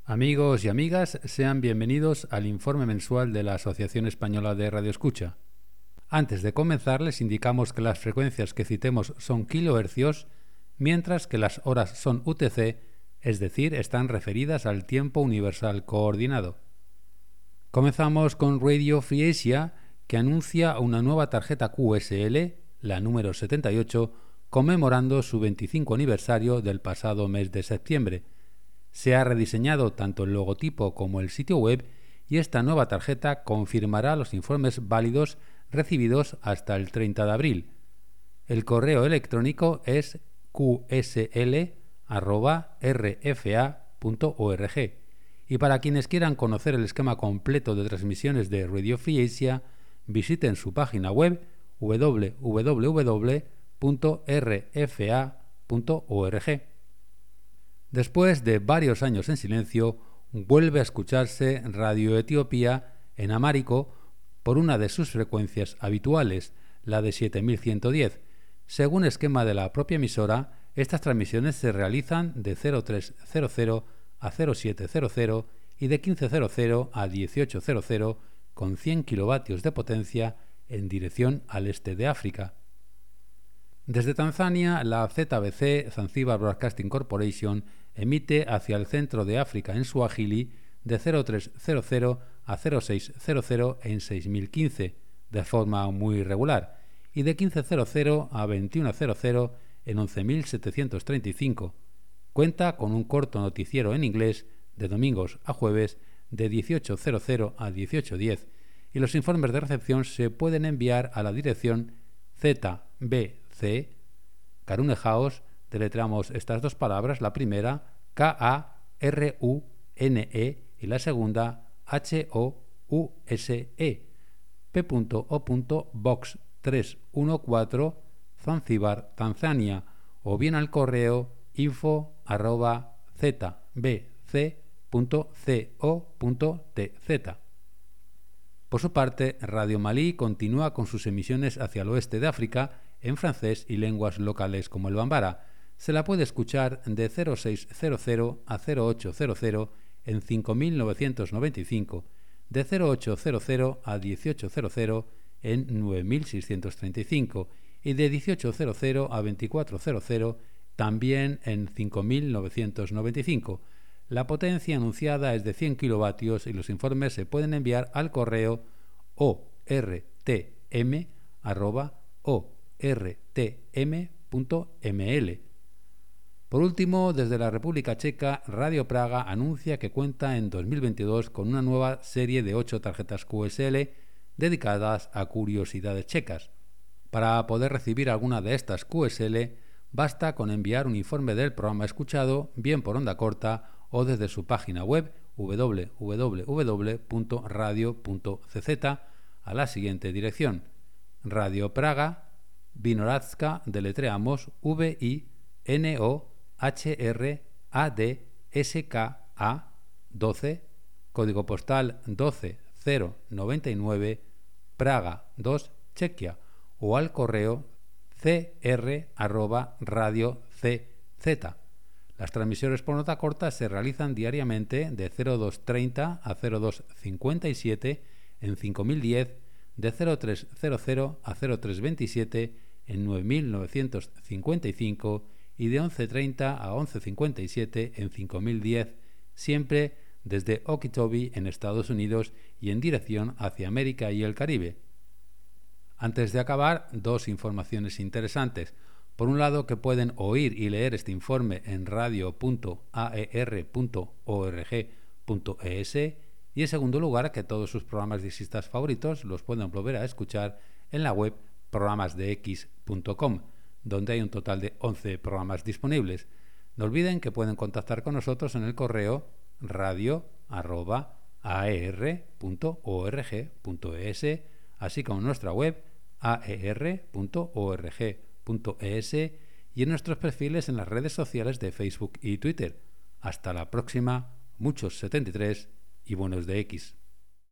Amigos y amigas, sean bienvenidos al informe mensual de la Asociación Española de Radioescucha. Antes de comenzar, les indicamos que las frecuencias que citemos son kilohercios, mientras que las horas son UTC, es decir, están referidas al tiempo universal coordinado. Comenzamos con Radio Free Asia, que anuncia una nueva tarjeta QSL, la número 78, conmemorando su 25 aniversario del pasado mes de septiembre. Se ha rediseñado tanto el logotipo como el sitio web y esta nueva tarjeta confirmará los informes válidos recibidos hasta el 30 de abril. El correo electrónico es qsl@rfa.org y para quienes quieran conocer el esquema completo de transmisiones de Radio Free Asia, visiten su página web www.rfa.org. Después de varios años en silencio, vuelve a escucharse Radio Etiopía en amárico por una de sus frecuencias habituales, la de 7110. Según esquema de la propia emisora, estas transmisiones se realizan de 0300 a 0700 y de 1500 a 1800 con 100 kilovatios de potencia en dirección al este de África. Desde Tanzania, la ZBC, Zanzibar Broadcasting Corporation, emite hacia el centro de África en Swahili de 0300 a 0600 en 6015, de forma muy regular, y de 1500 a 2100 en 11735. Cuenta con un corto noticiero en inglés de domingos a jueves de 1800 a 1810 y los informes de recepción se pueden enviar a la dirección ZBC Karune House, deletreamos estas dos palabras, la primera Karune y la segunda House, P.O. Box 314 Zanzibar, Tanzania, o bien al correo info@zbc.co.tz. Por su parte, Radio Malí continúa con sus emisiones hacia el oeste de África en francés y lenguas locales como el bambara. Se la puede escuchar de 0600 a 0800 en 5995, de 0800 a 1800 en 9635 y de 1800 a 2400 también en 5995. La potencia anunciada es de 100 kilovatios y los informes se pueden enviar al correo ortm@ortm.ml. Por último, desde la República Checa, Radio Praga anuncia que cuenta en 2022 con una nueva serie de 8 tarjetas QSL dedicadas a curiosidades checas. Para poder recibir alguna de estas QSL, basta con enviar un informe del programa escuchado, bien por onda corta o desde su página web www.radio.cz a la siguiente dirección: Radio Praga, Vinohradska, deletreamos Vinohradska 12, código postal 12099, Praga 2, Chequia, o al correo cr@radio.cz. Las transmisiones por nota corta se realizan diariamente de 0230 a 0257 en 5010, de 0300 a 0327 en 9955 y de 1130 a 1157 en 5010, siempre desde Okeechobee en Estados Unidos y en dirección hacia América y el Caribe. Antes de acabar, dos informaciones interesantes. Por un lado, que pueden oír y leer este informe en radio.aer.org.es, y en segundo lugar, que todos sus programas diexistas favoritos los pueden volver a escuchar en la web programasdex.com, donde hay un total de 11 programas disponibles. No olviden que pueden contactar con nosotros en el correo radio@aer.org.es, así como en nuestra web aer.org.es y en nuestros perfiles en las redes sociales de Facebook y Twitter. Hasta la próxima, muchos 73 y buenos de X.